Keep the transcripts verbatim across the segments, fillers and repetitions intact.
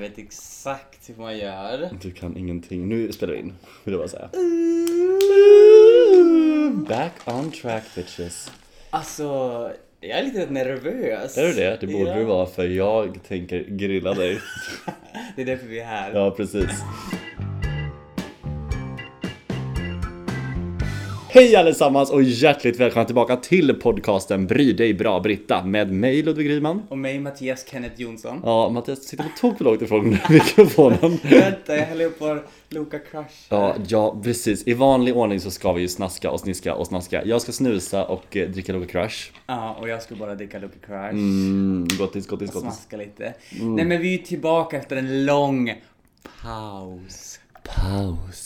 vet exakt hur man gör. Du kan ingenting. Nu spelar vi in, vill jag bara säga. Back on track, bitches. Alltså, jag är lite nervös. Är du det? Det borde ja. du vara, för jag tänker grilla dig. Det är därför vi är här. Ja, precis. Hej allesammans och hjärtligt välkomna tillbaka till podcasten Bry dig bra Britta med mig Ludvig Ryman. Och mig Mattias Kenneth Jonsson. Ja, Mattias sitter på tog för långt ifrån mikrofonen. Vänta, jag häller upp på Loka Crush. Ja, ja, precis. I vanlig ordning så ska vi ju snaska och sniska och snaska. Jag ska snusa och eh, dricka Loka Crush. Ja, och jag ska bara dricka Loka Crush. Mm, gottis, gottis, och gottis. smaska lite. Mm. Nej, men vi är tillbaka efter en lång paus. Paus.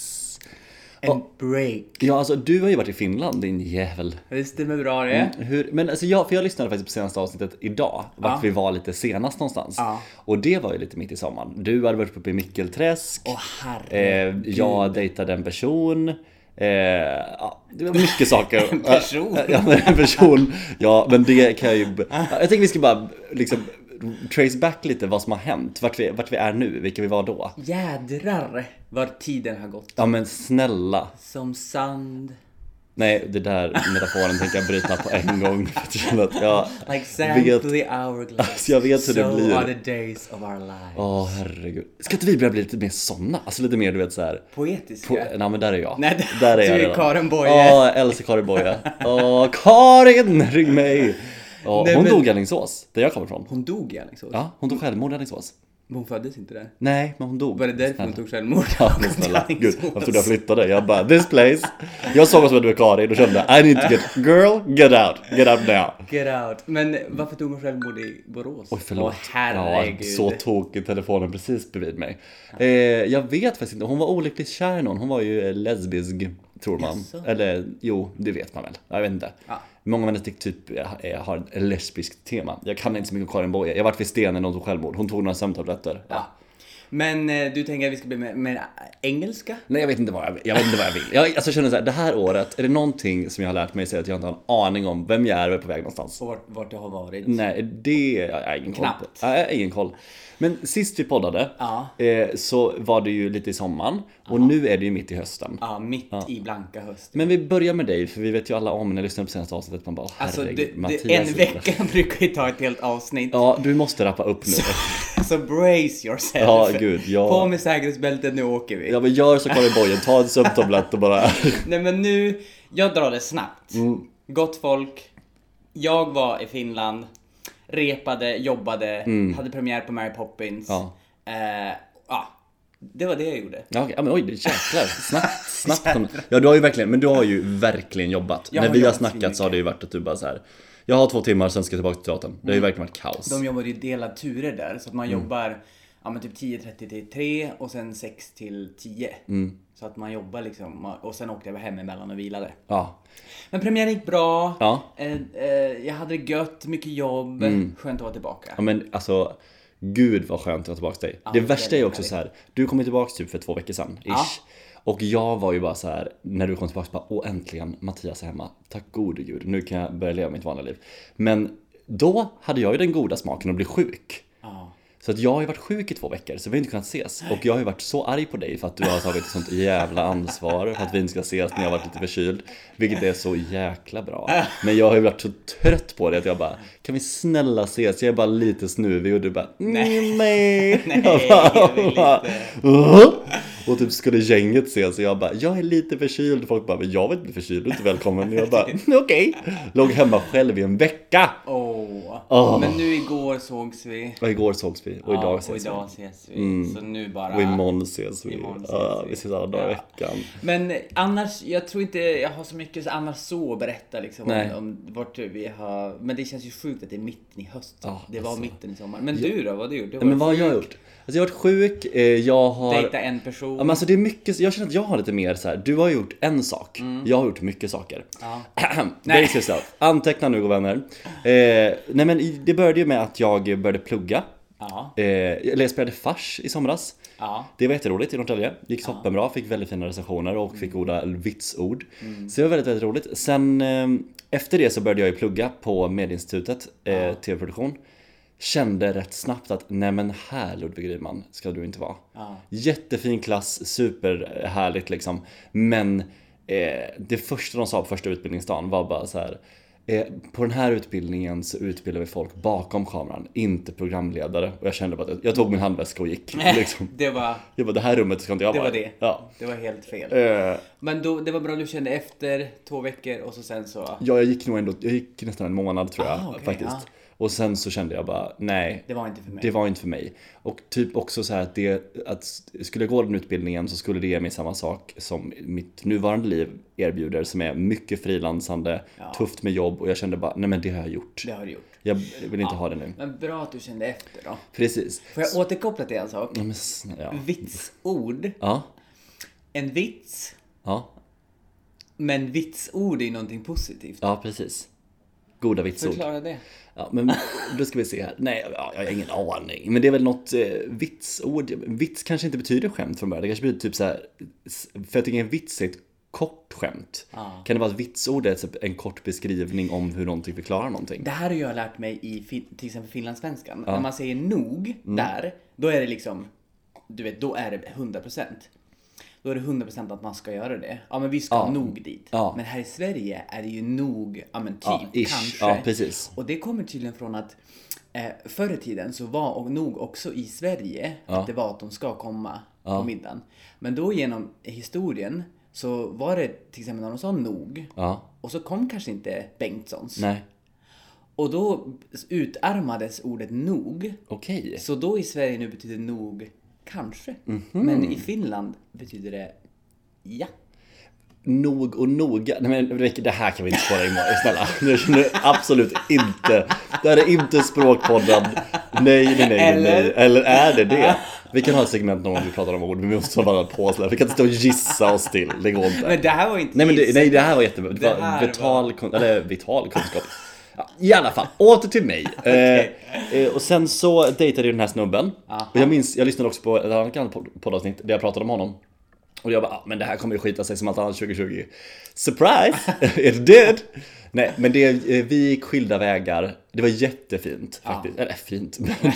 En och, break. Ja, alltså du har ju varit i Finland, din jävel. Det stämmer bra det. Mm, hur, men alltså jag, för jag lyssnade faktiskt på senaste avsnittet idag. Vart ja. vi var lite senast någonstans. Ja. Och det var ju lite mitt i sommaren. Du hade varit uppe i Mikkelträsk. Åh, herregud. eh, Jag dejtade en person. Eh, ja, det var mycket saker. En person? Ja, en person. Ja, men det kan jag ju... Jag tänker vi ska bara liksom trace back lite vad som har hänt. Vart vi, vart vi är nu, vilka vi var då. Jädrar vad tiden har gått. Ja, men snälla. Som sand. Nej, det där metaforen tänker jag bryta på en gång. För att jag känner att jag like sand vet, to the hourglass. alltså jag vet hur so det blir. are the days of our lives. Åh, oh, herregud. Ska inte vi börja bli lite mer såna? Alltså lite mer, du vet så här. Poetiska. Po- Nej, men där är jag. Nej, där är du jag är redan. Karin Boye. Åh, jag älskar Karin Boye. Åh, Karin, ring mig. Åh, Nej, hon men... dog i Alingsås, där jag kommer ifrån. Hon dog i Alingsås? Ja, hon tog självmord i Alingsås. Men hon föddes inte där. Nej, men hon dog. Var det därför hon tog självmord? Ja, men snälla. Gud, jag trodde jag flyttade. Jag bara, this place. Jag såg oss med du är Karin och kände, I need to get, girl, get out. Get out now. Get out. Men varför tog hon självmord i Borås? Oj, förlåt. Åh, herregud. Ja, så tog i telefonen precis bredvid mig. Eh, jag vet faktiskt inte, hon var olyckligt kär någon. Hon var ju lesbisk, tror man. Jaså? Eller, jo, det vet man väl. Jag vet inte. Ja. Många av hennes dikt typ har ett lesbiskt tema. Jag kan inte så mycket om Karin Boye. Jag har varit vid stenen när hon tog självmord. Hon tog några sömntabletter. Ja. Men eh, du tänker att vi ska bli mer, mer engelska? Nej, jag vet inte vad jag vill. Jag vet inte vad jag vill. Jag, alltså, jag känner så här, det här året, är det någonting som jag har lärt mig så att jag inte har en aning om vem jag är och är på väg någonstans. Och vart, vart det har varit? Nej, det jag har ingen koll på. Knappt. Jag har ingen koll. Men sist vi poddade Ja. eh, så var det ju lite i sommaren. Och nu är det ju mitt i hösten. Ja, mitt i blanka höst. Men vi börjar med dig, för vi vet ju alla om när jag lyssnar på senaste avsnittet. Man bara, Alltså, herregud, det, Mattias. det, en vecka brukar ju ta ett helt avsnitt. Ja, du måste rappa upp nu. Så, så brace yourself. Ja, gud, ja. På med säkerhetsbältet, nu åker vi. Ja, men gör så Karin Boye, ta en sömntablett och bara... Nej, men nu, jag drar det snabbt. Mm. Gott folk, jag var i Finland, repade, jobbade, Mm. hade premiär på Mary Poppins. Ja. Eh, ja, det var det jag gjorde. Ja, okej. Ja, men oj, det jäklar. Snabbt, snabbt. Kom. Ja, du har ju verkligen, men du har ju verkligen jobbat. Jag När har vi har jobbat snackat mycket. så har det ju varit att du bara så här. Jag har två timmar, sen ska jag tillbaka till teatern. Det har ju verkligen varit kaos. De jobbar ju delade turer där, så att man Mm. jobbar ja, men typ tio trettio till tre och sen sex till tio. Mm. Så att man jobbar liksom, och sen åkte jag hem emellan och vilade. Ja. Men premiären gick bra, Ja. eh, eh, jag hade det gött, mycket jobb, skönt att vara tillbaka. Ja, men alltså, gud vad skönt att vara tillbaka till dig. Ja, det det värsta är är ju också härligt. så här. Du kom ju tillbaka typ för två veckor sedan, ish. Ja. Och jag var ju bara så här, när du kom tillbaka, bara, åh äntligen, Mattias är hemma. Tack gode gud, nu kan jag börja leva mitt vanliga liv. Men då hade jag ju den goda smaken att bli sjuk. Ja. Så att jag har ju varit sjuk i två veckor, så vi har inte kunnat ses. Och jag har ju varit så arg på dig för att du har tagit ett sånt jävla ansvar för att vi inte ska ses när jag har varit lite förkyld. Vilket är så jäkla bra. Men jag har ju varit så trött på det att jag bara, kan vi snälla ses? Jag är bara lite snuvig och du bara, nej, nej. Nej, Jag bara, jag vill inte. "Åh." Och typ skulle gänget ses och jag bara, jag är lite förkyld. Och folk bara, men jag vill inte förkyld, du är inte välkommen. Och jag bara, okej. Okay. Låg hemma själv i en vecka. Åh. Åh. Men nu igår sågs vi. Och igår sågs vi och idag Ja, ses och vi. idag ses vi. Mm. Så nu bara... Och imorgon ses vi. Imorgon ses Ja, vi. vi ses alla dagar i Ja. veckan. Men annars, jag tror inte jag har så mycket så annars så att berätta liksom Nej. om, om vart vi har... Men det känns ju sjukt att det är mitten i höst. Ja, det var alltså. mitten i sommar. Men du då, vad har du gjort? Du Ja, men vad har jag sjuk, gjort? Alltså jag har varit sjuk, eh, jag har... Dejta en person. Ja, men alltså det är mycket, jag känner att jag har lite mer så här. Du har gjort en sak, jag har gjort mycket saker. Ja. Nej. Brace yourself. Anteckna nu, vänner. Eh, nej men i- det började ju med att jag började plugga. Ja. Eh, eller jag spelade fars i somras. Ja. Det var jätteroligt i Norrtälje. Gick toppenbra, fick väldigt fina recensioner och fick goda vitsord. Så det var väldigt, väldigt roligt. Sen eh, efter det så började jag ju plugga på Medieinstitutet, eh, tv-produktion. kände rätt snabbt att nej men här Ludvig Rydman ska du inte vara. Ja. Jättefin klass, superhärligt liksom. Men eh, det första de sa på första utbildningsdagen var bara så här: eh, på den här utbildningen så utbildar vi folk bakom kameran, inte programledare. Och jag kände bara att jag tog min handväska och gick. Liksom. Det var... Jag bara, det här rummet ska inte jag Det vara var i. det. Ja. Det var helt fel. Eh, Men då, det var bra du kände efter två veckor och så sen så... ja, jag gick nog ändå, jag gick nästan en månad tror jag Ah, okay, faktiskt. ja. Och sen så kände jag bara, nej. Det var inte för mig. Det var inte för mig. Och typ också så här att det, att skulle jag gå den utbildningen så skulle det ge mig samma sak som mitt nuvarande liv erbjuder, som är mycket frilansande, Ja. tufft med jobb, och jag kände bara, nej men det har jag gjort. Det har du gjort. Jag vill inte ha det nu. Men bra att du kände efter då. Precis. Får jag återkoppla till en sak? Ja, men, snä- ja. Vitsord. Ja. En vits. Ja. Men vitsord är ju någonting positivt. Ja, precis. Goda vitsord. Förklara det. Ja, men då ska vi se här. Nej, ja, jag har ingen aning. Men det är väl något eh, vitsord. Vits kanske inte betyder skämt från början. Det kanske betyder typ så här, för jag tycker en vits är ett kort skämt. Ja. Kan det vara ett vitsord, är en kort beskrivning om hur någonting förklarar någonting? Det här har jag lärt mig i fin- till exempel finlandssvenskan. Ja. När man säger nog Mm. där, då är det liksom, du vet, då är det hundra procent. Då är det hundra procent att man ska göra det. Ja, men vi ska Ja. nog dit. Ja. Men här i Sverige är det ju nog, ja men typ, Ja, ish. kanske. Ja, precis. Och det kommer tydligen från att eh, förr i tiden så var och nog också i Sverige Ja. att det var att de ska komma Ja. på middagen. Men då genom historien så var det till exempel när de sa nog, Ja, och så kom kanske inte Bengtssons. nej. Och då utarmades ordet nog. Okej. Så då i Sverige nu betyder nog kanske. Mhm. Men i Finland betyder det ja. Nog och noga. Nej men Rikke, det här kan vi inte spara in på. Snälla. Nu känner du absolut inte. Det här är inte språkpodden. Nej, nej, nej, nej, Eller? nej. Eller är det det? Vi kan ha ett segment någon gång vi pratar om ord, men vi måste vara på oss. Vi kan inte stå och gissa oss till. Det går inte. Men det här var inte Nej, men det, gissa. nej, det här var jättebra. Det Det var här vital, kun- eller vital kunskap. Ja, i alla fall, åter till mig. eh, eh, Och sen så dejtade jag den här snubben. Aha. Och jag minns, jag lyssnade också på ett annat gammalt podd- poddavsnitt där jag pratade om honom. Och jag bara, ah, men det här kommer ju skita sig som allt annat tjugo tjugo. Surprise! It did! Nej, men det, eh, vi gick skilda vägar. Det var jättefint faktiskt. Eller fint, men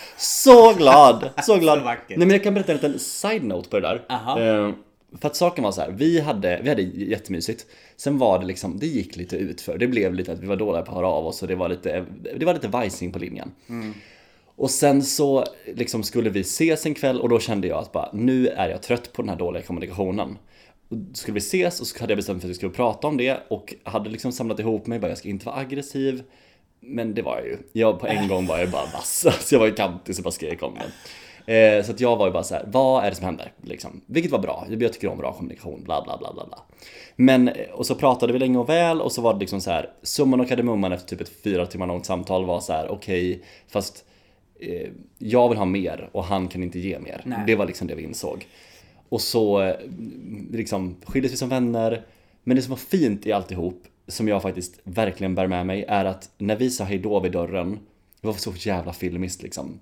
så glad! Så glad! Så vackert. Nej, men jag kan berätta en liten side-note på det där. Aha. Eh, För att saken var så här, vi hade, vi hade jättemysigt. Sen var det liksom, det gick lite ut för. Det blev lite att vi var dåliga på att höra av oss, och det var lite, det var lite vajsing på linjen. Mm. Och sen så liksom skulle vi ses en kväll, och då kände jag att bara, nu är jag trött på den här dåliga kommunikationen. Och då skulle vi ses, och så hade jag bestämt för att vi skulle prata om det, och hade liksom samlat ihop mig, bara jag ska inte vara aggressiv. Men det var jag ju. Jag på en gång var jag bara vass. Så jag var ju kantig, så bara skrek om det. Eh, så att jag var ju bara så här, vad är det som händer? Liksom. Vilket var bra, jag tycker om bra kommunikation, bla bla bla bla bla. Men, och så pratade vi länge och väl, och så var det liksom så här, summan och kardemumman efter typ ett fyra timmar långt samtal var så här, okej, okay, fast eh, jag vill ha mer och han kan inte ge mer. Nej. Det var liksom det vi insåg. Och så eh, liksom skildes vi som vänner. Men det som var fint i alltihop, som jag faktiskt verkligen bär med mig, är att när vi sa hej då vid dörren, det var så jävla filmiskt liksom.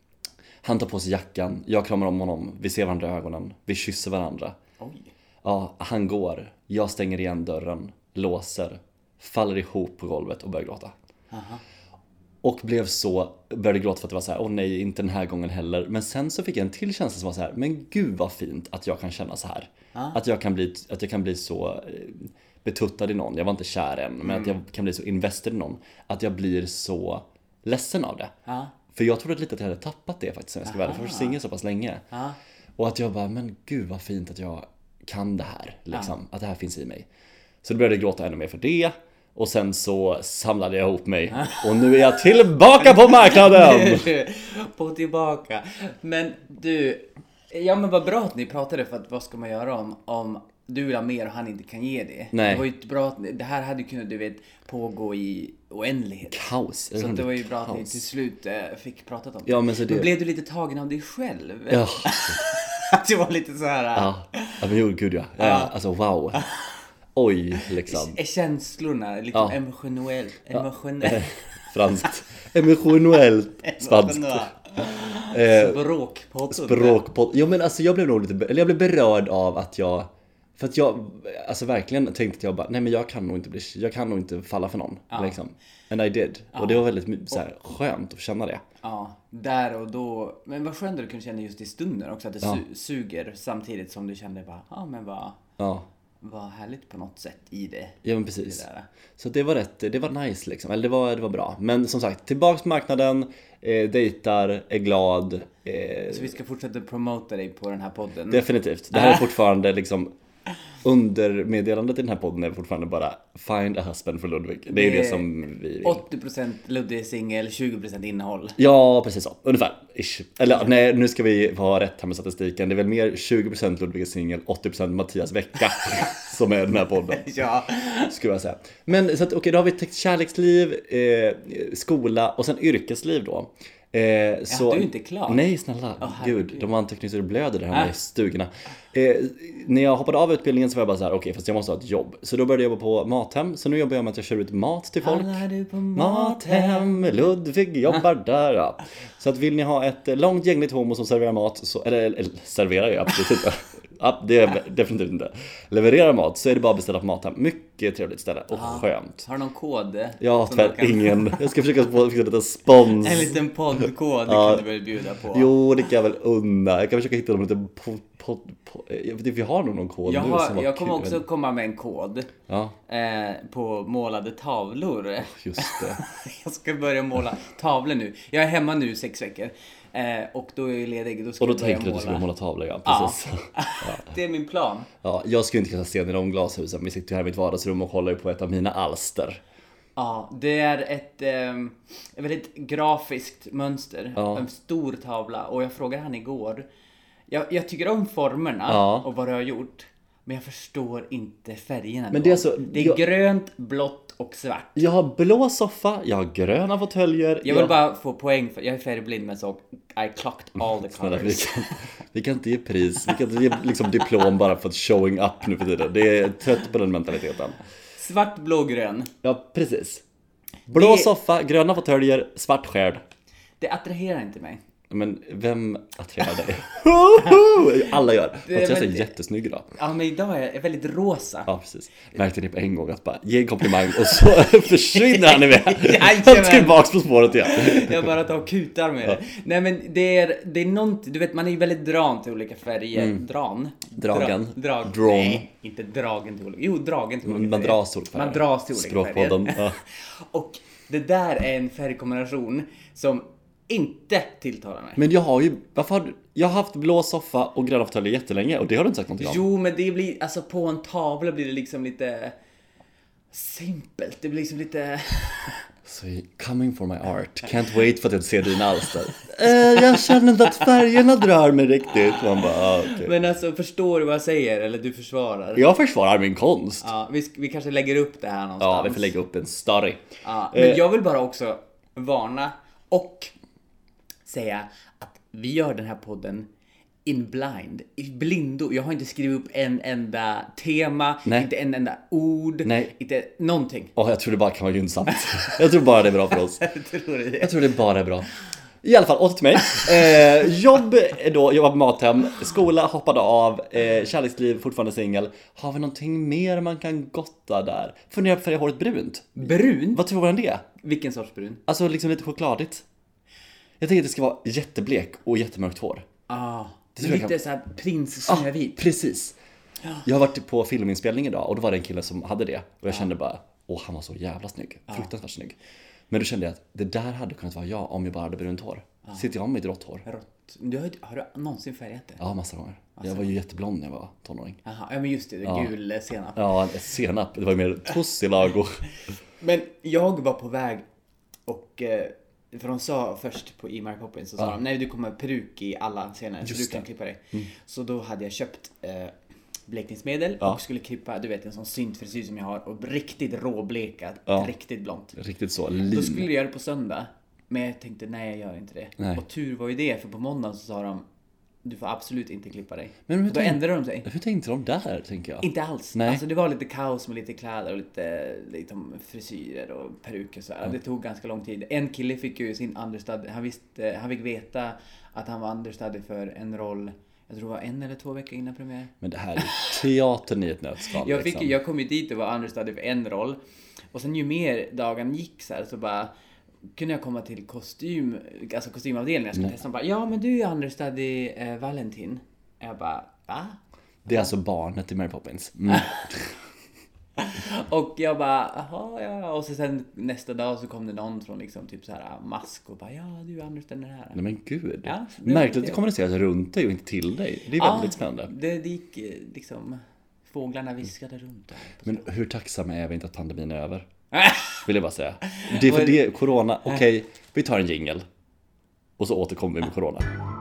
Han tar på sig jackan, jag kramar om honom, vi ser varandra i ögonen, vi kysser varandra. Oj. Ja, han går, jag stänger igen dörren, låser, faller ihop på golvet och börjar gråta. Aha. Och blev så, började gråta för att det var så här, åh nej, inte den här gången heller. Men sen så fick jag en till känsla som var så här, men gud vad fint att jag kan känna så här. Ah. Att jag kan bli, att jag kan bli så eh, betuttad i någon, jag var inte kär än, men att jag kan bli så invested i någon. Att jag blir så ledsen av det. Ja. För jag trodde lite att jag hade tappat det faktiskt, om jag ska vara ärlig, för jag var singel så pass länge. Ja. Och att jag bara, men gud vad fint att jag kan det här, liksom. Att det här finns i mig. Så då började jag gråta ännu mer för det. Och sen så samlade jag ihop mig. Och nu är jag tillbaka på marknaden! På tillbaka. Men du, ja men vad bra att ni pratade, för att vad ska man göra om, om du vill ha mer och han inte kan ge det? Nej. Det var ju bra att ni, det här hade ju kunnat, du vet, pågå i oändlighet. Kaos. Så att det var ju bra att ni Kaos. till slut eh, fick pratat om det. Ja, men så det- Men blev du lite tagen av dig själv? Ja, Att det var lite så här. ja. Ja, men jo, gud ja. ja. Ja. Alltså wow. Oj, liksom. Är känslorna lite Ja. emotionellt, emotionellt. Franskt. Emotionellt. Spanskt. Eh, Språkpodden. Språkpodd. Jo, men alltså jag blev nog lite, eller jag blev berörd av att jag För att jag, alltså verkligen tänkte jag bara, nej men jag kan nog inte bli, jag kan nog inte falla för någon. Ja. Liksom. And I did. Ja. Och det var väldigt så här, skönt att känna det. Ja, där och då. Men vad skönt att du kunde känna just i stunden också, att det Ja. su- suger samtidigt som du kände bara, ja men vad, Ja. vad härligt på något sätt i det. Ja men precis. Det där. Så det var rätt, det var nice liksom. Eller det var, det var bra. Men som sagt, tillbaks på marknaden, eh, dejtar, är glad. Eh, Så vi ska fortsätta promota dig på den här podden. definitivt. Det här är fortfarande liksom undermeddelandet i den här podden är fortfarande bara find a husband for Ludvig. Det är ju det som vi vill. åttio procent Ludvig singel, tjugo procent innehåll. Ja, precis så. Ungefär. Ish. Eller nej, nu ska vi ha rätt här med statistiken. Det är väl mer tjugo procent Ludvig är singel, åttio procent Mattias vecka som är den här podden. Ja. Skulle jag säga. Men så att okej, okay, då har vi täckt kärleksliv, eh, skola och sen yrkesliv då. Eh, så, ja, du är inte klar. Nej, snälla. Oh, Gud, de anteckningar så det blöder där hemma äh. i stugorna. Eh, när jag hoppade av utbildningen så var jag bara så här, okej, okay, fast jag måste ha ett jobb. Så då började jag jobba på Mathem. Så nu jobbar jag med att jag kör ut mat till folk. Alla du på Mathem, Ludvig jobbar där. Ja. Så att vill ni ha ett långt gängligt homo som serverar mat, så, eller, eller serverar jag absolut inte. Ja, det är definitivt inte. Levererar mat så är det bara att beställa på Mathem. Mycket trevligt ställe och Aha. skönt. Har du någon kod? Ja, tyvärr kan... ingen. Jag ska försöka få fixa lite spons. En liten poddkod ja. kan du väl bjuda på? Jo, det kan jag väl unna. Jag kan försöka hitta någon liten pod, pod, pod. Jag vet inte, vi har nog någon kod jag nu har, som var Jag kommer kul. också komma med en kod. Ja. Eh, på målade tavlor. Just det. Jag ska börja måla tavlor nu. Jag är hemma nu sex veckor. Eh, och då är jag ledig. Då ska och då jag börja tänkte du att du skulle måla tavlor, ja. Precis. Ja. Det är min plan. Ja, jag skulle inte kunna se den i de glashusen. Vi sitter ju här i mitt vardagsrum och kollar på ett av mina alster. Ja, det är ett, eh, ett väldigt grafiskt mönster. Ja. En stor tavla. Och jag frågade han igår. Jag, jag tycker om formerna Ja. och vad du har gjort. Men jag förstår inte färgerna. Men det är så- det är jag- grönt, blått och svart. Jag har blå soffa, jag har gröna fåtöljer. Jag vill bara få poäng för jag är färgblind, men så I clocked all the Snälla, vi, colors. kan, vi kan inte ge pris. Vi kan inte ge liksom diplom bara för att showing up nu för tiden. Det är trött på den mentaliteten. Svart, blå, grön. Ja, precis. Blå Det- soffa, gröna fåtöljer, svart skärd. Det attraherar inte mig. Men vem attraherar dig? Alla gör. Det- Mattias är men- jättesnygg idag. Ja, men idag är jag väldigt rosa. Ja, precis. Märkte ni på en gång att bara ge en komplimang och så försvinner han iväg. Jajamän. Tillbaks på spåret igen. Jag bara tar och kutar med det. Nej, men det är, det är någonting, du vet, man är ju väldigt dran till olika färger. Dran? Dragen. Dra, drag. Drawn. Nej, inte dragen till olika. Jo, dragen till olika Man färger. dras till olika färger. Man dras till olika Språkpodden. färger. Ja. Och det där är en färgkombination som inte tilltalar mig. Men jag har ju, varför har du, jag har haft blå soffa och gröna fåtöljer jättelänge och det har du inte sagt någonting om. Jo, men det blir, alltså på en tavla blir det liksom lite simpelt. Det blir liksom lite... Så coming for my art, can't wait för att jag ser dina alster. eh, jag känner inte att färgerna drar mig riktigt. Man bara, ah, okay. Men alltså, förstår du vad jag säger? Eller du försvarar? Jag försvarar min konst. Ja, vi, vi kanske lägger upp det här någonstans. Ja, vi får lägga upp en story. Ja, men Eh. jag vill bara också varna och säga att vi gör den här podden in blind, i blindo. Jag har inte skrivit upp en enda tema, Nej. inte en enda ord, Nej. inte någonting. Åh, jag tror det bara kan vara gynnsamt. Jag tror bara det är bra för oss. Jag tror det. Jag tror det bara är bra. I alla fall, åter till mig. Eh, jobb är då, jobbar på Mathem. Skola, hoppade av. Eh, kärleksliv, fortfarande singel. Har vi någonting mer man kan gotta där? Funderar på färga håret brunt. Brun? Vad tror du om det? Vilken sorts brun? Alltså liksom lite chokladigt. Jag tänker att det ska vara jätteblek och jättemörkt hår. Ah, tror jag lite kan- så här prins Ah, Snövit. precis. Jag har varit på filminspelning idag och då var det en kille som hade det. Och jag kände bara, åh han var så jävla snygg. Fruktansvärt snygg. Men då kände jag att det där hade kunnat vara jag om jag bara hade brunt hår. Sitter jag med ett rått hår? Rått. Du har, har du någonsin färgat det? Ja, massa gånger. Jag var ju jätteblond när jag var tonåring. Aha, ja men just det, det Ja. gul eh, senap. Ja, senap. Det var ju mer tussilago. Men jag var på väg och eh, för de sa först på i Mary Poppins så sa Ja. de, nej du kommer ha peruk i alla scener så Just du kan det. klippa dig. Så då hade jag köpt eh, blekningsmedel Ja. och skulle klippa, du vet en sån syntfrisyr som jag har och riktigt råblekad, Ja. riktigt blont. Riktigt så, Då skulle lin. jag göra det på söndag. Men jag tänkte, nej jag gör inte det. Nej. Och tur var ju det, för på måndagen så sa de, du får absolut inte klippa dig. Men hur Och då tänk- ändrade de sig. Hur tänkte de där, tänker jag? Inte alls. Nej. Alltså det var lite kaos med lite kläder och lite liksom, frisyrer och peruker och så här. Det tog ganska lång tid. En kille fick ju sin understudy. Han visste, han fick veta att han var understudy för en roll Jag tror det var en eller två veckor innan premiär. Men det här är teatern i ett nötskal. Jag, fick, liksom. jag kom ju dit och var understudy för en roll. Och sen ju mer dagen gick så här, så bara kunde jag komma till kostym, alltså kostymavdelningen. Jag skulle testa och bara, ja men du är understudy eh, Valentin. Jag bara, va? Det är alltså barnet i Mary Poppins. Mm. Och jag bara, jaha, ja. Och så sen nästa dag så kom det någon från liksom typ så här mask och bara, ja du är understudy den här. Nej men gud. Ja, det märkligt var att det kommuniceras runt dig och inte till dig. Det är Ja, väldigt spännande. Det, det gick eh, liksom, fåglarna viskade runt där. Men hur tacksamma är vi inte att pandemin är över? Vill jag bara säga. Det är för det, corona, okej, okay, vi tar en jingle. Och så återkommer vi med corona.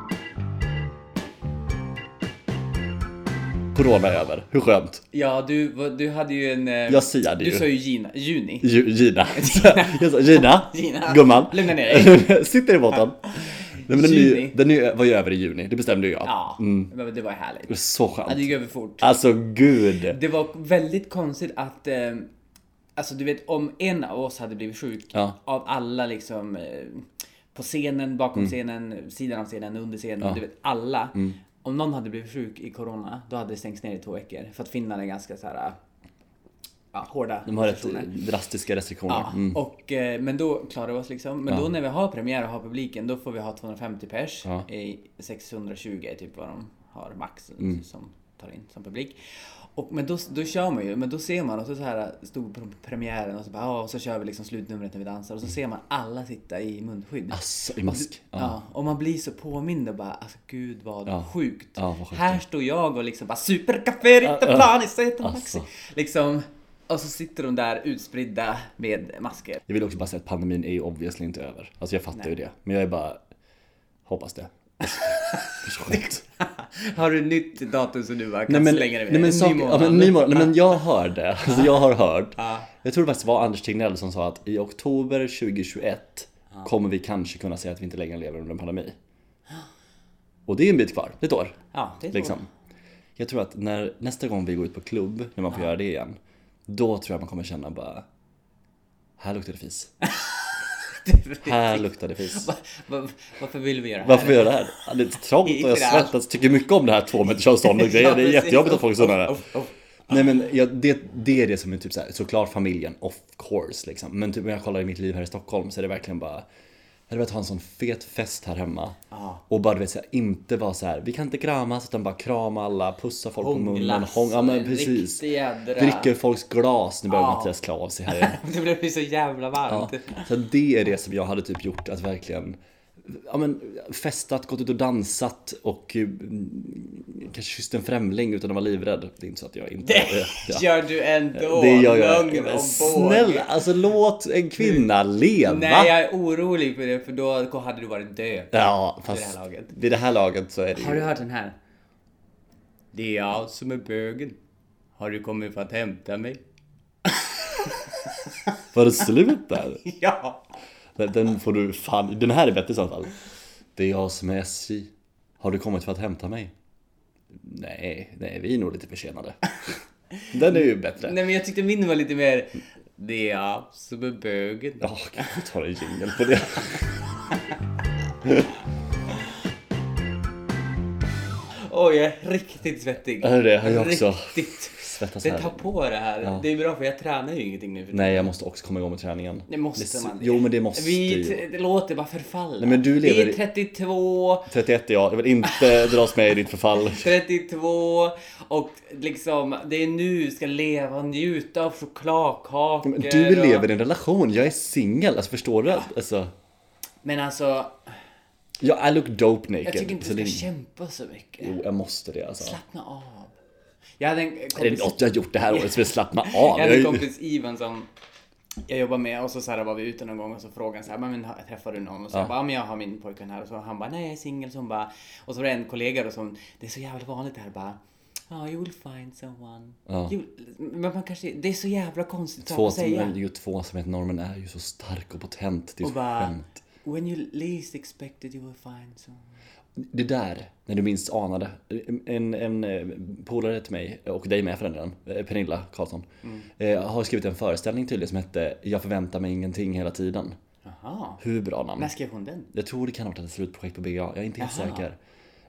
Corona är över, hur skönt? Ja, du, du hade ju en... Jag siade du ju. sa ju Gina, juni. Ju, Gina. Jag sa, Gina, Gina. Gumman. Lugna ner dig. Sitter i båten. Nej, men den, ny, den ny, var ju över i juni, det bestämde jag. Ja, mm. men det var härligt. Det var så skönt. Ja, det gick över fort. Alltså gud. Det var väldigt konstigt att... Eh, alltså du vet, om en av oss hade blivit sjuk, ja. av alla liksom... Eh, på scenen, bakom mm. scenen, sidan av scenen, under scenen, ja. Du vet, alla... Mm. Om någon hade blivit sjuk i corona, då hade det stängts ner i två veckor. För att Finland är ganska så här, ja, hårda. De har rätt drastiska restriktioner. Ja, mm. och, men då klarar vi oss liksom. Men ja. Då när vi har premiär och har publiken, då får vi ha tvåhundrafemtio pers. Ja. I sexhundratjugo är typ vad de har max mm. som tar in som publik. Och, men då, då kör man ju, men då ser man och så, så här stod på premiären och så bara, ja, och så kör vi liksom slutnumret när vi dansar och så ser man alla sitta i munskydd. Asså, i mask. Ja. Ja, och man blir så påmind och bara, alltså gud vad ja. sjukt. Ja, vad sjukt. Här står jag och liksom bara, supercafé, inte plan i säten maxi. Liksom, och så sitter de där utspridda med masker. Jag vill också bara säga att pandemin är ju obviously inte över. Alltså jag fattar Nej. ju det, men jag är bara, hoppas det. Har du nytt datum som du bara kan nej, men, slänga dig med? Nej men, sak, ja, men, ny månad. Nej, men jag hör det. Alltså, jag har hört. Ah. Jag tror det faktiskt var Anders Tegnell som sa att i oktober tjugohundratjugoett ah. kommer vi kanske kunna säga att vi inte längre lever under en pandemi. Och det är en bit kvar. Det är ett år. Ja, det är ett liksom. år. Jag tror att när, nästa gång vi går ut på klubb, när man får ah. göra det igen, då tror jag man kommer känna bara, här luktar det fis. Här luktar det fis. Va, va, varför vill vi göra det här? Varför vill vi göra det här? Det är trångt och jag svettas. Tycker mycket om det här två meters avstånd och grejer. Det är jättejobbigt att folk sådana där. Nej men ja, det, det är det som är typ så här, såklart familjen, of course liksom. Men typ när jag kollar i mitt liv här i Stockholm så är det verkligen bara, jag hade velat ha en sån fet fest här hemma. Ah. Och bara du vet så här, inte vara så här, vi kan inte kramas utan bara krama alla, pussa folk Hånglas, på munnen. Hång, ja men precis. Jädra... Dricker folks glas, nu börjar ah. Mattias klä av sig här. Det blev så jävla varmt. Ja. Så det är det som jag hade typ gjort, att verkligen ja, men, festat, gått ut och dansat och mm, kanske kysst en främling utan att vara livrädd. Det är inte så att jag inte... Det ja. gör du ändå. Det gör jag. Snälla, alltså låt en kvinna leva. Nej, jag är orolig för det, för då hade du varit död. Ja, fast vid det här laget, vid det här laget så är det Har ju... du hört den här? Det är jag som är bögen. Har du kommit för att hämta mig? Var det slut där? Ja. Den får du fan, den här är bättre i så fall. Det är jag som är S J. Har du kommit för att hämta mig? Nej, nej, vi är nog lite försenade. Den är ju bättre. Nej, men jag tyckte min var lite mer, det är jag som är bögen. Ja, oh, vi tar en jingle på det. Oj, jag är riktigt svettig. Är det? Jag är också. Riktigt. Svettas det här. tar på det här. Ja. Det är bra för jag tränar ju ingenting nu. För Nej, jag måste också komma igång med träningen. Det måste man. Jo, men det måste Vi, ju. Det låter bara förfalla. Nej, men du lever... Vi är trettiotvå. trettioett, ja. Jag vill inte dras med i ditt förfall. trettiotvå. Och liksom, det är nu ska leva och njuta av chokladkakor. Men du lever och... i en relation. Jag är singel. Alltså, förstår du? Alltså... Men alltså... Ja, I look dope naked. Jag tycker inte du ska det... kämpa så mycket. Jo, jag måste det alltså. Slappna av. Jag hade en kompis... Är det något jag har gjort det här året så vill slappna av? Jag hade en kompis Ivan som jag jobbar med och så, så här var vi ute någon gång och så frågade han så här, men träffar du någon? Och så ja. jag bara, men jag har min pojkvän här. Och så han bara, nej jag är singel. Så bara, och så var det en kollega då som, det är så jävla vanligt det här bara, ja, oh, you will find someone. Ja. You, men man kanske, det är så jävla konstigt två att säga. Som, ju två som heter normen är ju så stark och potent. Det är och så bara, skämt. When you least expected you will find someone. Det där, när du minst anade. En, en polare till mig, och dig med för den delen, Pernilla Karlsson, mm. har skrivit en föreställning tydligen som hette Jag förväntar mig ingenting hela tiden. Aha. Hur bra namn. När skrev hon den? Jag tror det kan ha varit ett slutprojekt på B A, jag är inte helt Aha. säker.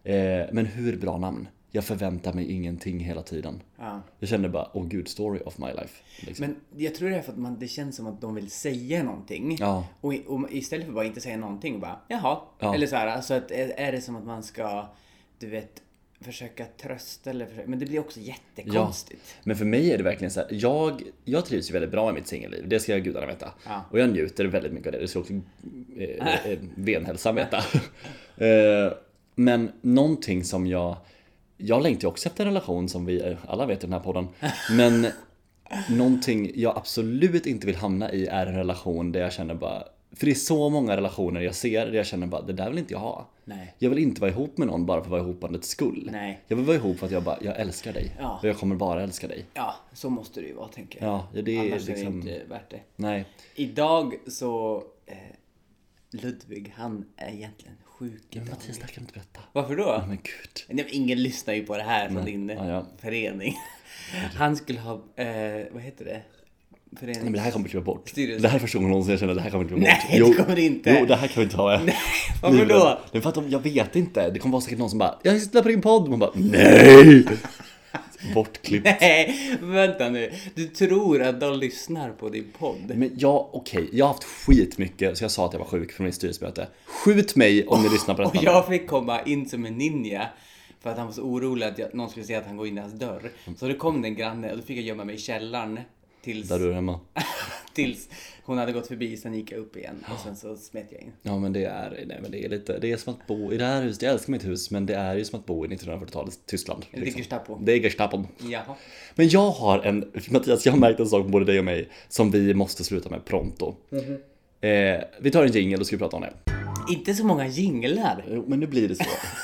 Eh, men hur bra namn? Jag förväntar mig ingenting hela tiden. Ja. Jag känner bara, åh oh, gud, story of my life. Liksom. Men jag tror det är för att man, det känns som att de vill säga någonting. Ja. Och, och istället för bara inte säga någonting och bara, jaha. Ja. Eller så här, alltså att är, är det som att man ska, du vet, försöka trösta eller försöka, men det blir också jättekonstigt. Ja. Men för mig är det verkligen så här, jag, jag trivs ju väldigt bra i mitt singelliv. Det ska jag gudarna veta. Ja. Och jag njuter väldigt mycket av det. Det ska också eh, eh, venhälsan veta. eh, men någonting som jag... Jag längtar också efter en relation som vi alla vet i den här podden. Men någonting jag absolut inte vill hamna i är en relation där jag känner bara... För det är så många relationer jag ser där jag känner bara, det där vill inte jag ha. Nej. Jag vill inte vara ihop med någon bara för att vara ihop med ett skull. Nej. Jag vill vara ihop för att jag bara, jag älskar dig. Ja. Och jag kommer bara älska dig. Ja, så måste det ju vara, tänker jag. Ja, det är Annars liksom... är det inte värt det. Nej. Idag så... Eh, Ludvig, han är egentligen sjuk. Ja, Mattias, det kan du inte berätta. Varför då? Ja, men gud. Nej, ingen lyssnar ju på det här från Nej. din Ja, ja. förening. Han skulle ha, eh, vad heter det? Förening. Nej, men det här kommer vi klippa bort. Styrelse. Det här är första gången någonsin jag känner att det här kommer vi klippa bort. Nej, det kommer det inte. Jo, det här kan vi inte ha. Nej, varför då? Det är för att de, jag vet inte. Det kommer vara säkert någon som bara, jag släpper in podd. Man bara, nej! Bortklippt. Nej, vänta nu. Du tror att de lyssnar på din podd? Men jag, okej, okay, jag har haft skit mycket. Så jag sa att jag var sjuk från min styrelsemöte. Skjut mig om ni lyssnar på detta. Och jag fick komma in som en ninja. För att han var så orolig att jag, någon skulle säga att han går in i hans dörr. Så det kom en granne och då fick jag gömma mig i källaren. Tills, där du är hemma. Tills hon hade gått förbi, sen gick jag upp igen. Och sen så smet jag in. Ja, men det är, nej, men det är lite, det är som att bo i det här huset. Jag älskar mitt hus, men det är ju som att bo i nittonhundrafyrtiotalets Tyskland. Liksom. Det är Gestapo. Det är Gestapo. Jaha. Men jag har en, Mattias, jag har märkt en sak på både dig och mig som vi måste sluta med pronto. Mm-hmm. Eh, vi tar en jingle och ska vi prata om det. Inte så många jinglar. Jo, men nu blir det så.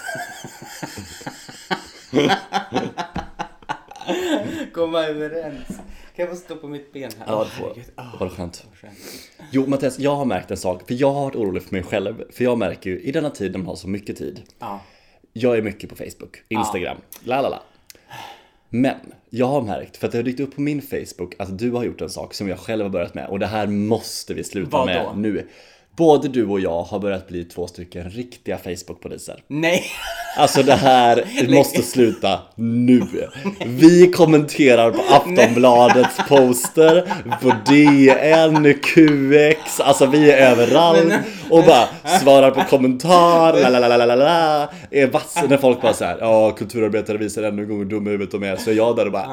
Komma överens. Kan jag få stå på mitt ben här? Ja, det får. Oh, var det skönt. Jo, Mattias, jag har märkt en sak. För jag har varit orolig för mig själv. För jag märker ju, i denna tid när man har så mycket tid. Ja. Jag är mycket på Facebook, Instagram, ja. la la la. Men jag har märkt, för att det har dykt upp på min Facebook, att du har gjort en sak som jag själv har börjat med. Och det här måste vi sluta Vad med då? nu. Både du och jag har börjat bli två stycken riktiga Facebook-poliser. Nej. Alltså det här måste sluta nu. Vi kommenterar på Aftonbladets poster, på D N, Q X, alltså vi är överallt och bara svarar på kommentar, lalalala, är vass när folk bara så här, ja, kulturarbetare visar ännu en gång hur dum i huvudet de är, så är jag där och bara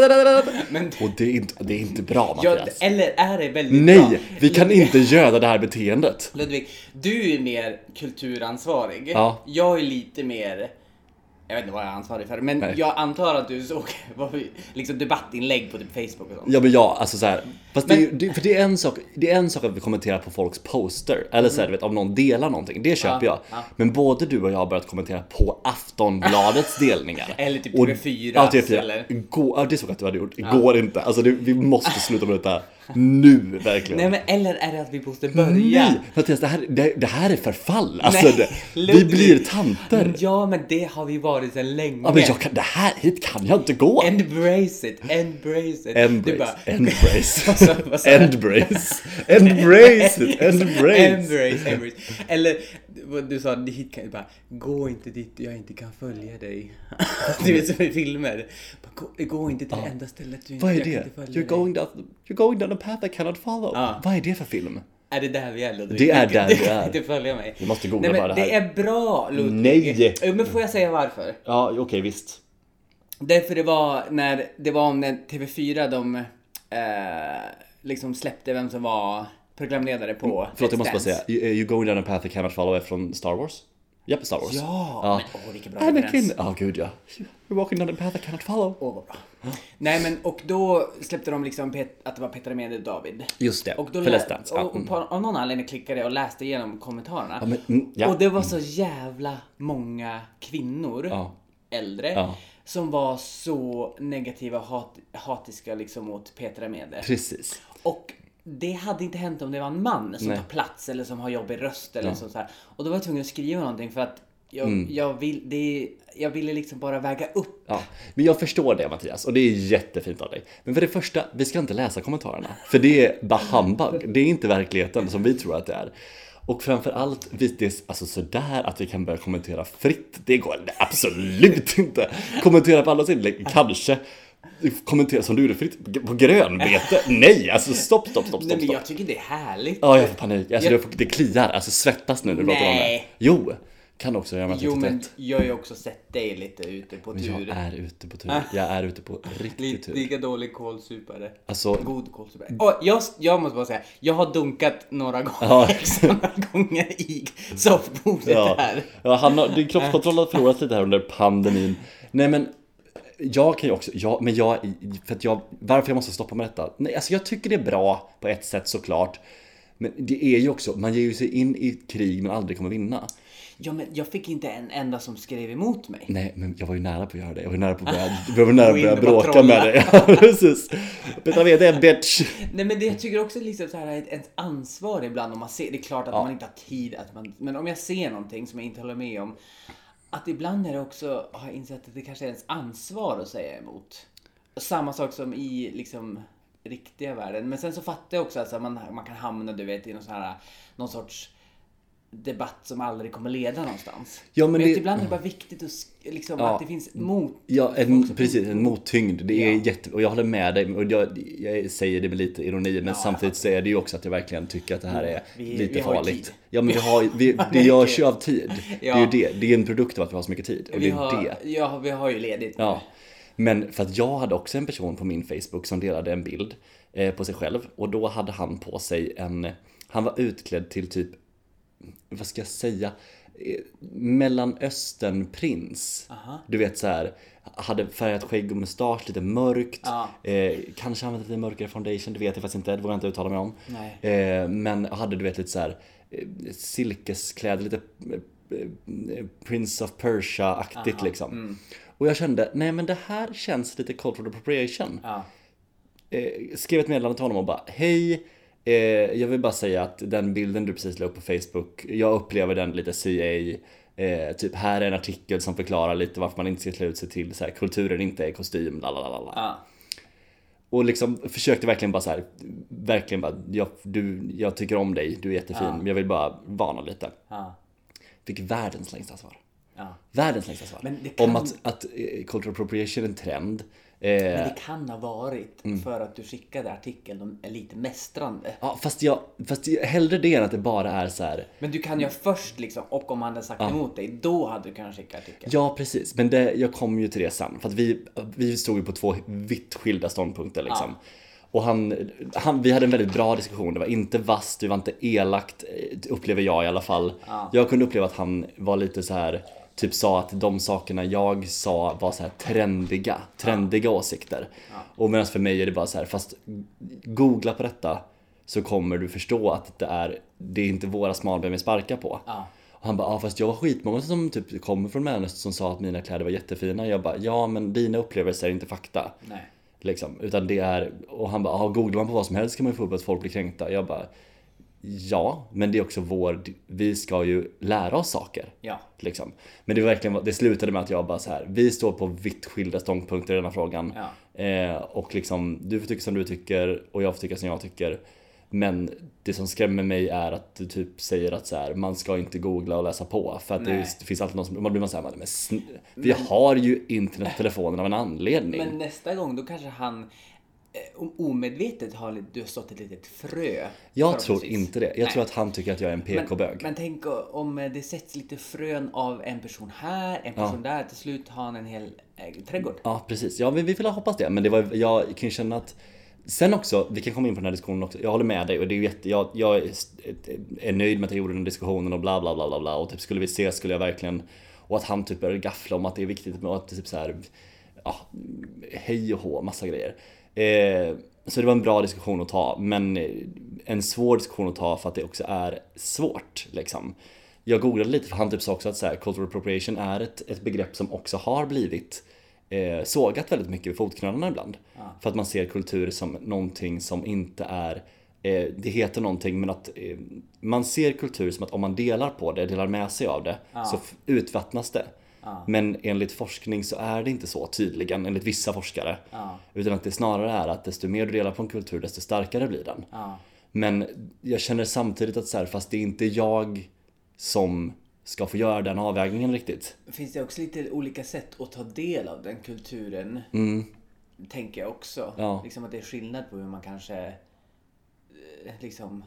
men, och det är inte, det är inte bra, Mattias. Ja, eller är det väldigt Nej, bra? vi kan inte göra det här beteendet. Ludvig, du är mer kulturansvarig. Ja. Jag är lite mer, jag vet inte vad jag är ansvarig för, men Nej. jag antar att du såg liksom debattinlägg på typ Facebook och sånt. Ja, men ja, alltså så här, fast Men, det, är, det, för det är en sak, det är en sak att vi kommenterar på folks poster eller så här, du vet, om någon delar någonting, det köper Ja, jag. ja. Men både du och jag har börjat kommentera på Aftonbladets delningar. Eller typ Och- T V fyra. Ja, T V fyra. Eller... Gå, ja, det såg att du hade gjort. Går inte. Alltså det, vi måste sluta med detta nu, verkligen. Nej, men eller är det att vi måste börja? Nej, Mattias, det här, det, det här är förfall. Alltså, Nej, det, vi Ludvig. blir tanter. Ja, men det har vi varit sedan länge. Ja, men jag kan, det här, hit kan jag inte gå. Embrace it, embrace it. Embrace, Du bara, embrace, Vad sa- vad sa du? embrace, embrace it, embrace. Embrace, embrace. Eller vad du sa, dit kan jag bara, gå inte dit jag inte kan följa dig. Du vet som i filmer. Bara, gå, gå inte till det enda stället du inte, Vad är jag kan det? inte följa You're dig. going, down, you're going down a path I cannot follow. Ja. Vad är det för film? Är det där vi är, Ludvig? Det är Du- där du vi kan är. inte följa mig. Vi måste googla Nej, men bara det det här. är bra, Ludvig. Nej. Jo, men får jag säga varför? Ja, okej, okay, visst. Därför det var när det var när T V fyra de eh, liksom släppte vem som var programledare på Förlåt, jag måste bara Let's säga. Dance. You, you're going down a path I cannot follow är från Star Wars. Japp, Star Wars. Ja, Ja. men åh, vilken bra Anakin. referens. Ja, oh, gud ja. You're walking down a path I cannot follow. Åh, vad bra. Nej, men och då släppte de liksom Pet- att det var Petra Mede och David. Just det, Och då för lä- Let's Dance. Ja, och, och på, av någon anledning klickade jag och läste igenom kommentarerna. Ja, men, mm, ja. Och det var så jävla många kvinnor, Ja. äldre, Ja. som var så negativa och hat, hatiska liksom mot Petra Mede. Precis. Och det hade inte hänt om det var en man som Nej. tar plats eller som har jobbig röst eller Ja. så här. Och då var jag tvungen att skriva någonting för att jag, Mm. jag, vill, det, jag ville liksom bara väga upp. Ja, men jag förstår det, Mattias, och det är jättefint av dig. Men för det första, vi ska inte läsa kommentarerna. För det är bara humbug. Det är inte verkligheten som vi tror att det är. Och framförallt, det är alltså sådär att vi kan börja kommentera fritt. Det går absolut inte. Kommentera på alla inlägg, kanske. Kommentera som du gjorde fritt på grönbete. Nej, alltså stopp, stopp, stopp, stopp. Nej, men jag tycker det är härligt. Ja, jag får panik. Alltså, jag... det kliar, alltså svettas nu när du pratar om det. Jo, kan också göra mig Jo, men rätt. jag har ju också sett dig lite ute på tur. Jag är ute på tur. Jag är ute på riktigt tur. Lika dålig kålsupare. Alltså, god kålsupare. Och jag, jag måste bara säga, jag har dunkat några gånger, ja. några gånger i soffbordet ja. här. Ja, han har, din kroppskontroll har förlorat lite här under pandemin. Nej, men jag kan ju också, jag, men jag, för att jag, varför jag måste stoppa med detta? Nej, alltså jag tycker det är bra på ett sätt såklart. Men det är ju också, man ger ju sig in i ett krig man aldrig kommer vinna. Ja, men jag fick inte en enda som skrev emot mig. Nej, men jag var ju nära på att göra det. Jag var ju nära på att börja, jag var nära på att börja bråka med dig. Ja, precis. Beta vet det, bitch. Nej, men det, jag tycker också liksom så här ett, ett ansvar ibland om man ser, det är klart att ja. man inte har tid att man, men om jag ser någonting som jag inte håller med om, att ibland är det också, har jag insett att det kanske är ens ansvar att säga emot. Samma sak som i liksom riktiga världen. Men sen så fattar jag också att alltså, man, man kan hamna, du vet, i någon, sån här, någon sorts debatt som aldrig kommer leda någonstans. Ja, men, men det, ibland är det bara viktigt att, liksom, ja, att det finns mot. Ja, en, precis, en mottyngd. Det är ja. jätte, och jag håller med dig. Och jag, jag säger det med lite ironi, men ja, samtidigt så är det ju också att jag verkligen tycker att det här är vi, lite vi farligt. Ja, men vi har, vi, det görs ju av tid. Ja. Det är ju det. Det är en produkt av att vi har så mycket tid. Och vi, det är har, det. Ja, vi har ju ledigt. Ja. Men för att jag hade också en person på min Facebook som delade en bild eh, på sig själv. Och då hade han på sig en, han var utklädd till typ, vad ska jag säga, Mellanösternprins. Aha. Du vet så här, hade färgat skägg och mustasch, lite mörkt. Ja. Eh, kanske använde lite mörkare foundation, det vet jag faktiskt inte, det vågar jag inte uttala mig om. Eh, men hade du vet lite så här silkeskläder, lite eh, Prince of Persia-aktigt liksom. Mm. Och jag kände, nej men det här känns lite cultural appropriation. Ja. Eh, skrev ett meddelande till honom och bara, hej, eh, jag vill bara säga att den bilden du precis la upp på Facebook, jag upplever den lite C A. Eh, typ här är en artikel som förklarar lite varför man inte ska klä ut sig till så här, kulturen inte är kostym, lalalala. Ja. Och liksom försökte verkligen bara så här, verkligen bara, jag, du, jag tycker om dig, du är jättefin, ja. men jag vill bara varna lite. Ja. Fick världens längsta svar. Ja. Världens längsta svar. Kan... Om att, att uh, cultural appropriation är en trend. Eh... Men det kan ha varit mm. för att du skickade artikeln är lite mästrande. Ja, fast jag, fast jag, hellre det än att det bara är så här. Men du kan ju först liksom, och om han hade sagt ja. emot dig, då hade du kunnat skicka artikeln. Ja, precis. Men det, jag kom ju till det sen. För att vi, vi stod ju på två vitt skilda ståndpunkter liksom. Ja. Och han, han, vi hade en väldigt bra diskussion. Det var inte vasst, det var inte elakt, upplever jag i alla fall. Ja. Jag kunde uppleva att han var lite så här, typ sa att de sakerna jag sa var så här trendiga, trendiga ja. åsikter. Ja. Och medan för mig är det bara så här, fast googla på detta så kommer du förstå att det är, det är inte våra smalben vi sparkar på. Ja. Och han bara, ja fast jag var skitmånga som typ kommer från Mellanöstern som sa att mina kläder var jättefina. Jag bara, ja men dina upplevelser är inte fakta. Nej. Liksom, utan det är, och han bara, ja, googlar man på vad som helst kan man ju få upp att folk blir kränkta. Jag bara, ja, men det är också vår, vi ska ju lära oss saker. Ja. Liksom. Men det var verkligen, det slutade med att jag bara så här, vi står på vitt skilda ståndpunkter i den här frågan. Ja. Eh, och liksom, du får tycka som du tycker och jag får tycka som jag tycker. Men det som skrämmer mig är att du typ säger att så här, man ska inte googla och läsa på. För att det, det finns alltid någon som, man blir man så här, men sn- vi men, har ju internettelefonen av en anledning. Men nästa gång då kanske han omedvetet har du stått ett litet frö. Jag tror inte det. Jag Nej. tror att han tycker att jag är en P K-bög. Men, men tänk om det sätts lite frön av en person här, en person ja. där. Till slut har han en hel äh, trädgård. Ja, precis. Ja, vi, vi vill hoppas det. Men det var, jag kan ju känna att sen också, vi kan komma in på den här diskussionen också. Jag håller med dig och det är ju jätte, jag, jag är, är nöjd med att jag gjorde den diskussionen och bla bla bla bla bla. Och typ skulle vi se skulle jag verkligen, och att han typ började gaffla om att det är viktigt med att typ så här, ja, hej och hå, massa grejer. Eh, så det var en bra diskussion att ta, men en svår diskussion att ta för att det också är svårt liksom. Jag googlade lite för han typ sa också att så här, cultural appropriation är ett, ett begrepp som också har blivit eh, sågat väldigt mycket vid fotknölarna ibland. Ja. För att man ser kultur som någonting som inte är, eh, det heter någonting, men att eh, man ser kultur som att om man delar på det, delar med sig av det, ja. så utvattnas det. Ja. Men enligt forskning så är det inte så tydligen, enligt vissa forskare. Ja. Utan att det snarare är att desto mer du delar på en kultur, desto starkare blir den. Ja. Men jag känner samtidigt att så här, fast det är inte jag som ska få göra den avvägningen riktigt. Finns det också lite olika sätt att ta del av den kulturen? Mm. Tänker jag också. Ja. Liksom att det är skillnad på hur man kanske liksom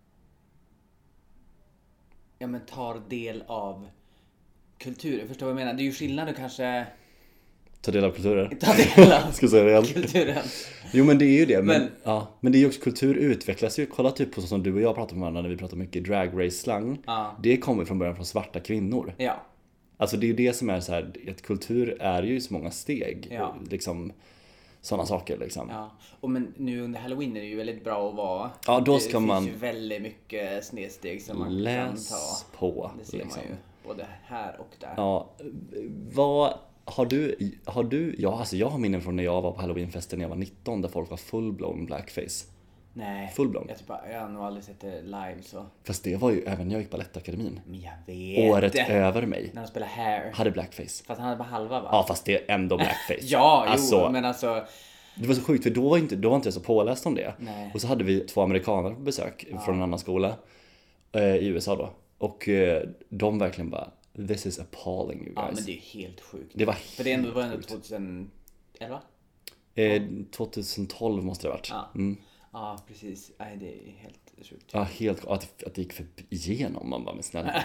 ja men tar del av kulturen. Förstår vad jag menar? Det är ju skillnad att kanske ta del av kulturen. Ta del av Ska säga det igen. kulturen. Jo men det är ju det. Men, Men- ja, men det är ju också, kultur utvecklas ju. Kolla typ på så som du och jag pratar med varandra när vi pratar mycket drag race slang. Ja. Det kommer från början från svarta kvinnor. Ja. Alltså det är ju det som är så här, att kultur är ju så många steg. Ja. Liksom sådana saker liksom. Ja. Och men nu under Halloween är det ju väldigt bra att vara. Ja, då det ska finns man- ju väldigt mycket snedsteg som man kan Läs ta. på. Det ser liksom. man ju både här och där. Ja, vad har du, har du, ja alltså jag har minnen från när jag var på Halloweenfesten när jag var nitton där folk var full-blown blackface. Nej. Full-blown. Jag, typ, bara- jag har nog aldrig sett det live så. Fast det var ju även när jag gick Balettakademin. Men jag vet. Året det. över mig När de spelar Hair. hade blackface. Fast han hade bara halva va? Ja fast det är ändå blackface. Ja, alltså, jo, men alltså. det var så sjukt för då var, inte, då var inte jag så påläst om det. Nej. Och så hade vi två amerikaner på besök från en annan skola eh, i U S A då. Och eh, de verkligen bara, this is appalling you guys. Ja, men det är helt sjukt. Det var För det ändå var ändå helt sjukt. tjugoelva? eh, tjugotolv måste det ha varit. Ja. Mm. Ja, precis. Nej, det är helt sjukt. Ja, helt att, att det gick för igenom. Man bara, men snälla.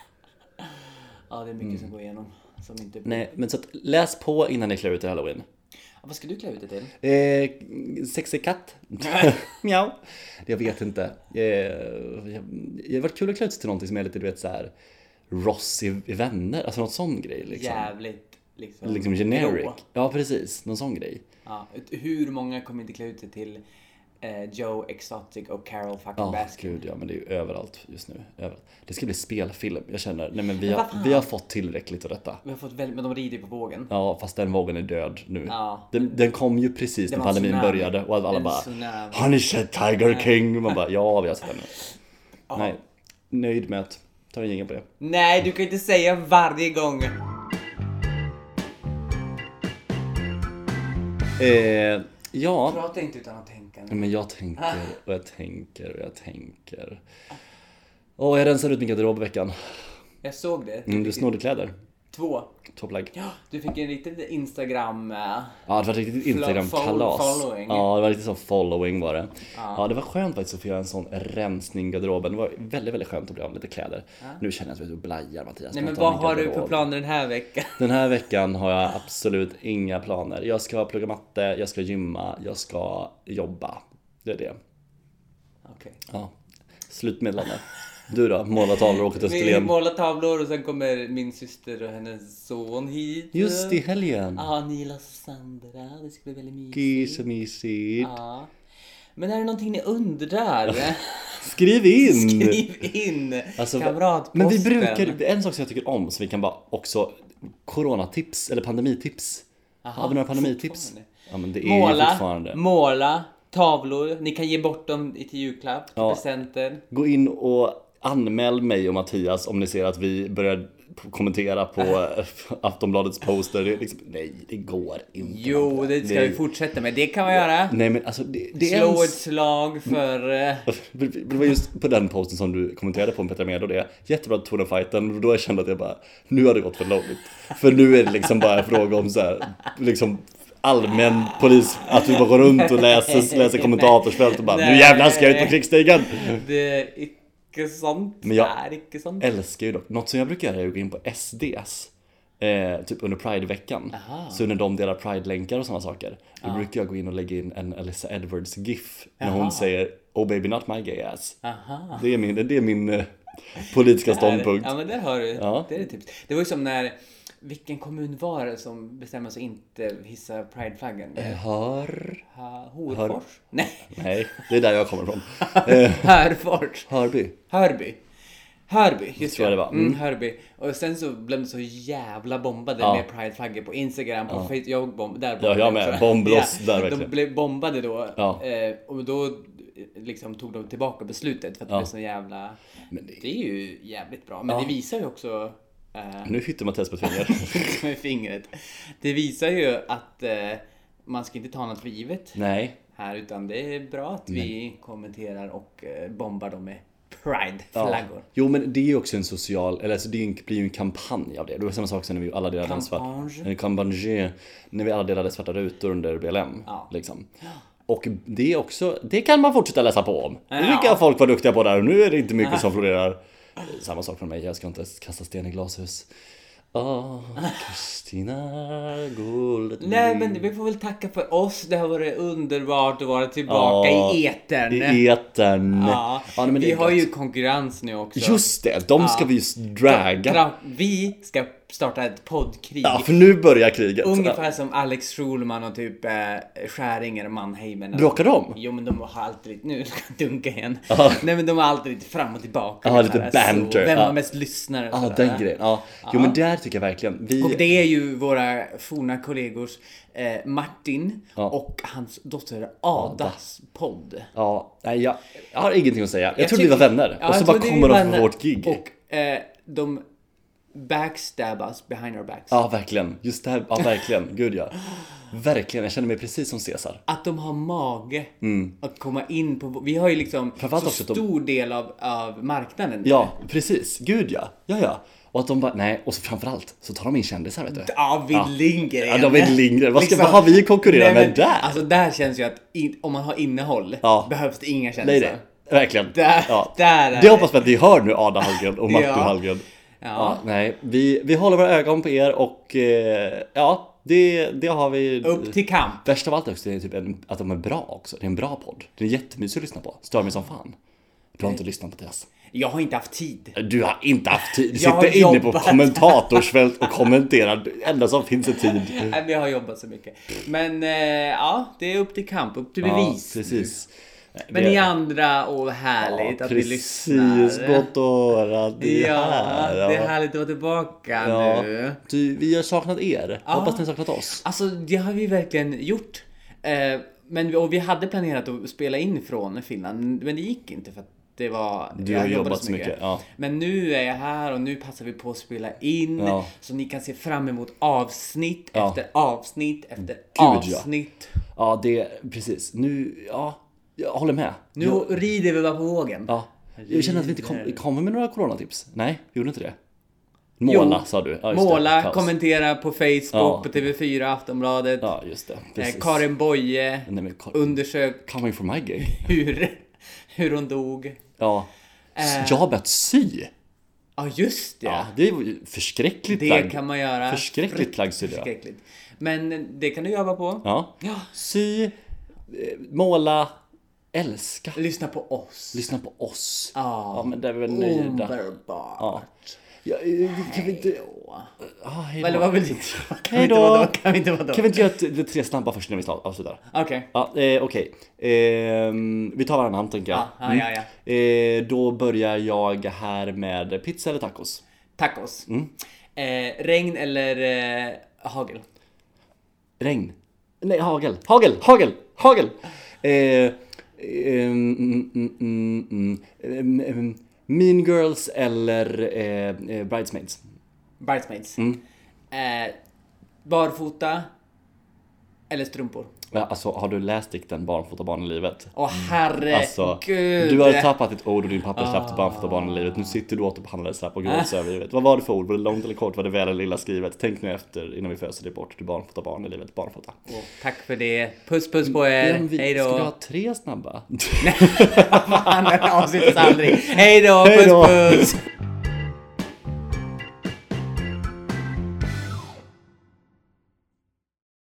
Ja, det är mycket som går igenom. Som inte... Nej, men så att läs på innan ni klär ut er Halloween. Ja, vad ska du klä ut dig till? Eh, sexig katt. Mjau. Jag vet inte. Eh, jag, det har varit kul att klä ut sig till någonting som är lite, du vet så här Ross i, i Vänner. Alltså något sån grej liksom. Jävligt liksom... Liksom generic. grå. Ja, precis. Någon sån grej. Ja, hur många kommer inte klä ut sig till eh, Joe Exotic och Carol fucking Ja, Baskin? gud ja, men det är ju överallt just nu. Överallt. Det ska bli spelfilm. Jag känner, nej men vi Men har, vad fan? vi har fått tillräckligt av detta. Vi har fått väldigt, men de rider ju på vågen. Ja, fast den vågen är död nu. Ja. Den, den kom ju precis Det när var en pandemin tsunami. började och alla En bara tsunami. har ni sett Tiger King? Man bara, ja vi har sett den nu. Ja. Nej, nöjd med att ta en ingen på det. Nej, du kan inte säga varje gång. Eh, ja, Prata inte utan att tänka. nu. men jag tänker och jag tänker och jag tänker. Åh, jag rensar ut min garderob i veckan. Jag såg det. Mm, du fick snodde kläder. Två. Topplägg. Ja, du fick en riktig Instagram... Uh, Ja, det var riktigt Instagram-kalas. following. Ja, det var riktigt så following var det. Ja. Ja, det var skönt faktiskt att få göra en sån rensning i garderoben. Det var väldigt, väldigt skönt att bli av med lite kläder. Nu känner jag att du blajar, Mattias. Nej, men Prata om vad min har du för garderob. planer den här veckan? Den här veckan har jag absolut inga planer. Jag ska plugga matte, jag ska gymma, jag ska jobba. Det är det. Okej. Ja. Slutmedlande. Du då? Måla tavlor och åka till Vi Österlen. målar tavlor och sen kommer min syster och hennes son hit. Just i helgen. Ja, Nila och Sandra. Det ska bli väldigt mysigt. Gud så mysigt. Ja. Men är det någonting ni undrar? Skriv in! Skriv in! Alltså, Kamratposten. men vi brukar, en sak som jag tycker om som vi kan bara också, coronatips eller pandemitips. Aha, Har vi några pandemitips? fortfarande. Ja men det är ju Måla, fortfarande. måla tavlor. Ni kan ge bort dem till julklapp, till Ja. presenter. Gå in och anmäl mig och Mattias om ni ser att vi börjar kommentera på Aftonbladets poster. Det är liksom, nej, det går inte. Jo, det ska vi fortsätta med. Det kan man göra. Nej men alltså det, det är Slå ens... ett slag för... eh, Det var just på den posten som du kommenterade på med Petra Med och det. Jättebra att tog den fighten. Då jag kände att jag bara, nu har det gått för långt. För nu är det liksom bara en fråga om så här, liksom allmän polis. Att vi bara går runt och läser, läser kommentatorsfält och bara, nu jävlar ska jag ut på krigsstigen. Det är icke sant. Men jag det är icke sant. älskar ju dock, något som jag brukar göra är att gå in på S D:s. Eh, typ under Pride-veckan. Aha. Så när de delar Pride-länkar och sådana saker, då brukar jag gå in och lägga in en Alyssa Edwards gif när Jaha. hon säger oh baby not my gay ass. Aha. Det är min, det är min eh, politiska ståndpunkt. Ja, men där har du. Ja. Det är det tips. Det var ju som när... Vilken kommun var det som bestämde sig inte hissa Pride-flaggan? Hör... Ha, Horfors? Nej, Nej, det är där jag kommer ifrån. Eh, Hörfors. Hörby. Hörby. Hörby, just tror jag det var. Mm. Mm. Hörby. Och sen så blev det så jävla bombade Ja. med Pride-flaggor på Instagram, på Facebook. Jag bomb, där Ja, jag med. också. Bombloss där De verkligen. blev bombade då. Ja. Eh, och då liksom tog de tillbaka beslutet för att det Ja. blev så jävla... Men det- det... är ju jävligt bra. Men Ja. det visar ju också... Eh, Nu hytter Mattias på ett finger. med fingret. Det visar ju att eh, man ska inte ta något för givet Nej. här, utan det är bra att vi mm. kommenterar och bombar dem med Pride-flaggor. Ja. Jo, men det är ju också en social, eller alltså det blir ju en kampanj av det. Det var samma sak som när vi alla delade en svart, en kampanj, när vi alla delade svarta rutor under B L M, ja. liksom. Och det är också, det kan man fortsätta läsa på om. Ja. Nu kan folk vara duktiga på där och nu är det inte mycket ja. som florerar. Samma sak från mig, jag ska inte kasta sten i glashus. Åh, Kristina Guld. Nej, men vi får väl tacka för oss. Det har varit underbart att vara tillbaka ja, i etern. I etern. Ja, ja, men vi har ju konkurrens nu också. Just det, de ska ja. vi just draga. Vi ska starta ett poddkrig. Ja, för nu börjar kriget. Ungefär ja. som Alex Schulman och typ eh, Skäringer och Mannheimen. Bråkar de? Jo, men de har alltid lite, nu ska jag dunka igen. Ja. Nej, men de har alltid lite fram och tillbaka. Ja, lite banter. Vem ja. har mest lyssnare? Ja, den grejen. Ja. Jo, ja. men där tycker jag verkligen. Vi... Och det är ju våra forna kollegors eh, Martin ja. och hans dotter Adas podd. Ja, nej, jag, jag har ingenting att säga. Jag, jag tror tycker... vi var vänner. Ja, och så bara kommer de på vårt gig. Och eh, de backstab us behind our backs. Ja, verkligen. Just det här, ja, verkligen. Gud, ja. Verkligen, jag känner mig precis som Cesar. Att de har mage mm. att komma in på... Vi har ju liksom så stor de... del av, av marknaden. Ja, precis. Gud, ja. Ja, ja. Och att de bara, nej, och så framförallt så tar de in kändisar, vet du. David ja. Lindgren. Ja, David Lindgren. Vad, ska, liksom, vad har vi konkurrerat med där? Alltså där känns ju att in, om man har innehåll ja. behövs det inga kändisar. Nej, det. Verkligen. Där, ja. där är det hoppas man att vi hör nu, Ada Hallgren och Martin ja. Hallgren. Ja. Ja, nej, vi, vi håller våra ögon på er och eh, ja, det, det har vi... Upp till kamp. Värst av allt också är typ en, att de är bra också. Det är en bra podd. Det är jättemysigt att lyssna på. Stör mig som fan. Du har inte lyssnat på det. Jag har inte haft tid. Du har inte haft tid. Du sitter inne jobbat. på kommentatorsfält och kommenterar. Det enda som finns är tid. Nej, vi har jobbat så mycket. Men eh, ja, det är upp till kamp, upp till bevis. Ja, precis. Men det... ni andra, och härligt ja, att precis, vi lyssnar. Precis, gott att det är ja, här. Ja, det är härligt att vara tillbaka ja. nu. Du, vi har saknat er. Ja. Hoppas ni har saknat oss. Alltså, det har vi verkligen gjort. Eh, men och vi hade planerat att spela in från Finland, men det gick inte för att det var... Du har jobbat så mycket. mycket. Ja. Men nu är jag här och nu passar vi på att spela in. Ja. Så ni kan se fram emot avsnitt ja. efter avsnitt efter Gud, avsnitt. Ja. ja, det är precis. Nu, ja... Jag håller med. Nu jag... rider vi bara på vågen. Ja. Jag känner att vi inte kom, kommer med några coronatips. Nej, vi gjorde inte det. Måla, jo, sa du. Ja, måla, det. kommentera på Facebook, ja. på T V fyra, Aftonbladet. Ja, just det. Precis. Eh, Karin Boye, Nej, men, Kar- undersök coming from my gig. hur, hur hon dog. Ja. Eh. Jag har börjat sy. Ja, just det. Ja, det är förskräckligt det plagg. Det kan man göra. Förskräckligt plagg sy det. Förskräckligt. Men det kan du jobba på. Ja. ja. Sy, måla, älska. Lyssna på oss. Lyssna på oss. Ah, ja, men det är väl nöjda. Underbart. Ja. Ja, kan vi inte... Ah, hej då. Eller vad vill du? Kan vi inte vara då? Kan vi inte vara då? Kan vi inte göra det tre snabba först när vi avslutar? Okej. Okay. Ja, eh, okej. Okay. Eh, vi tar varannan, tänker jag. Ah, ah, ja, ja. Eh, då börjar jag här med pizza eller tacos? Tacos. Mm. Eh, regn eller eh, hagel? Regn. Nej, hagel. Hagel, hagel, hagel. Eh... Mm, mm, mm, mm, mm. Mean Girls eller eh, Bridesmaids? Bridesmaids. Mm. Eh, barfota eller strumpor? Ja, alltså, har du läst dikten Barnfota barn i livet? Åh, herregud. Alltså, du har tappat ditt ord och din pappa släppte ah. Barnfota barn i livet. Nu sitter du återbehandlades här på gråtsöverlivet. Vad var det för ord? Var det långt eller kort? Var det väl eller lilla skrivet? Tänk nu efter innan vi föser det bort. Du barnfota barn i livet. Barnfota. Oh, tack för det. Puss puss på er. Vi, hej då. Ska vi ha tre snabba? Nej, fan, det avslutas aldrig. Hej då, puss puss.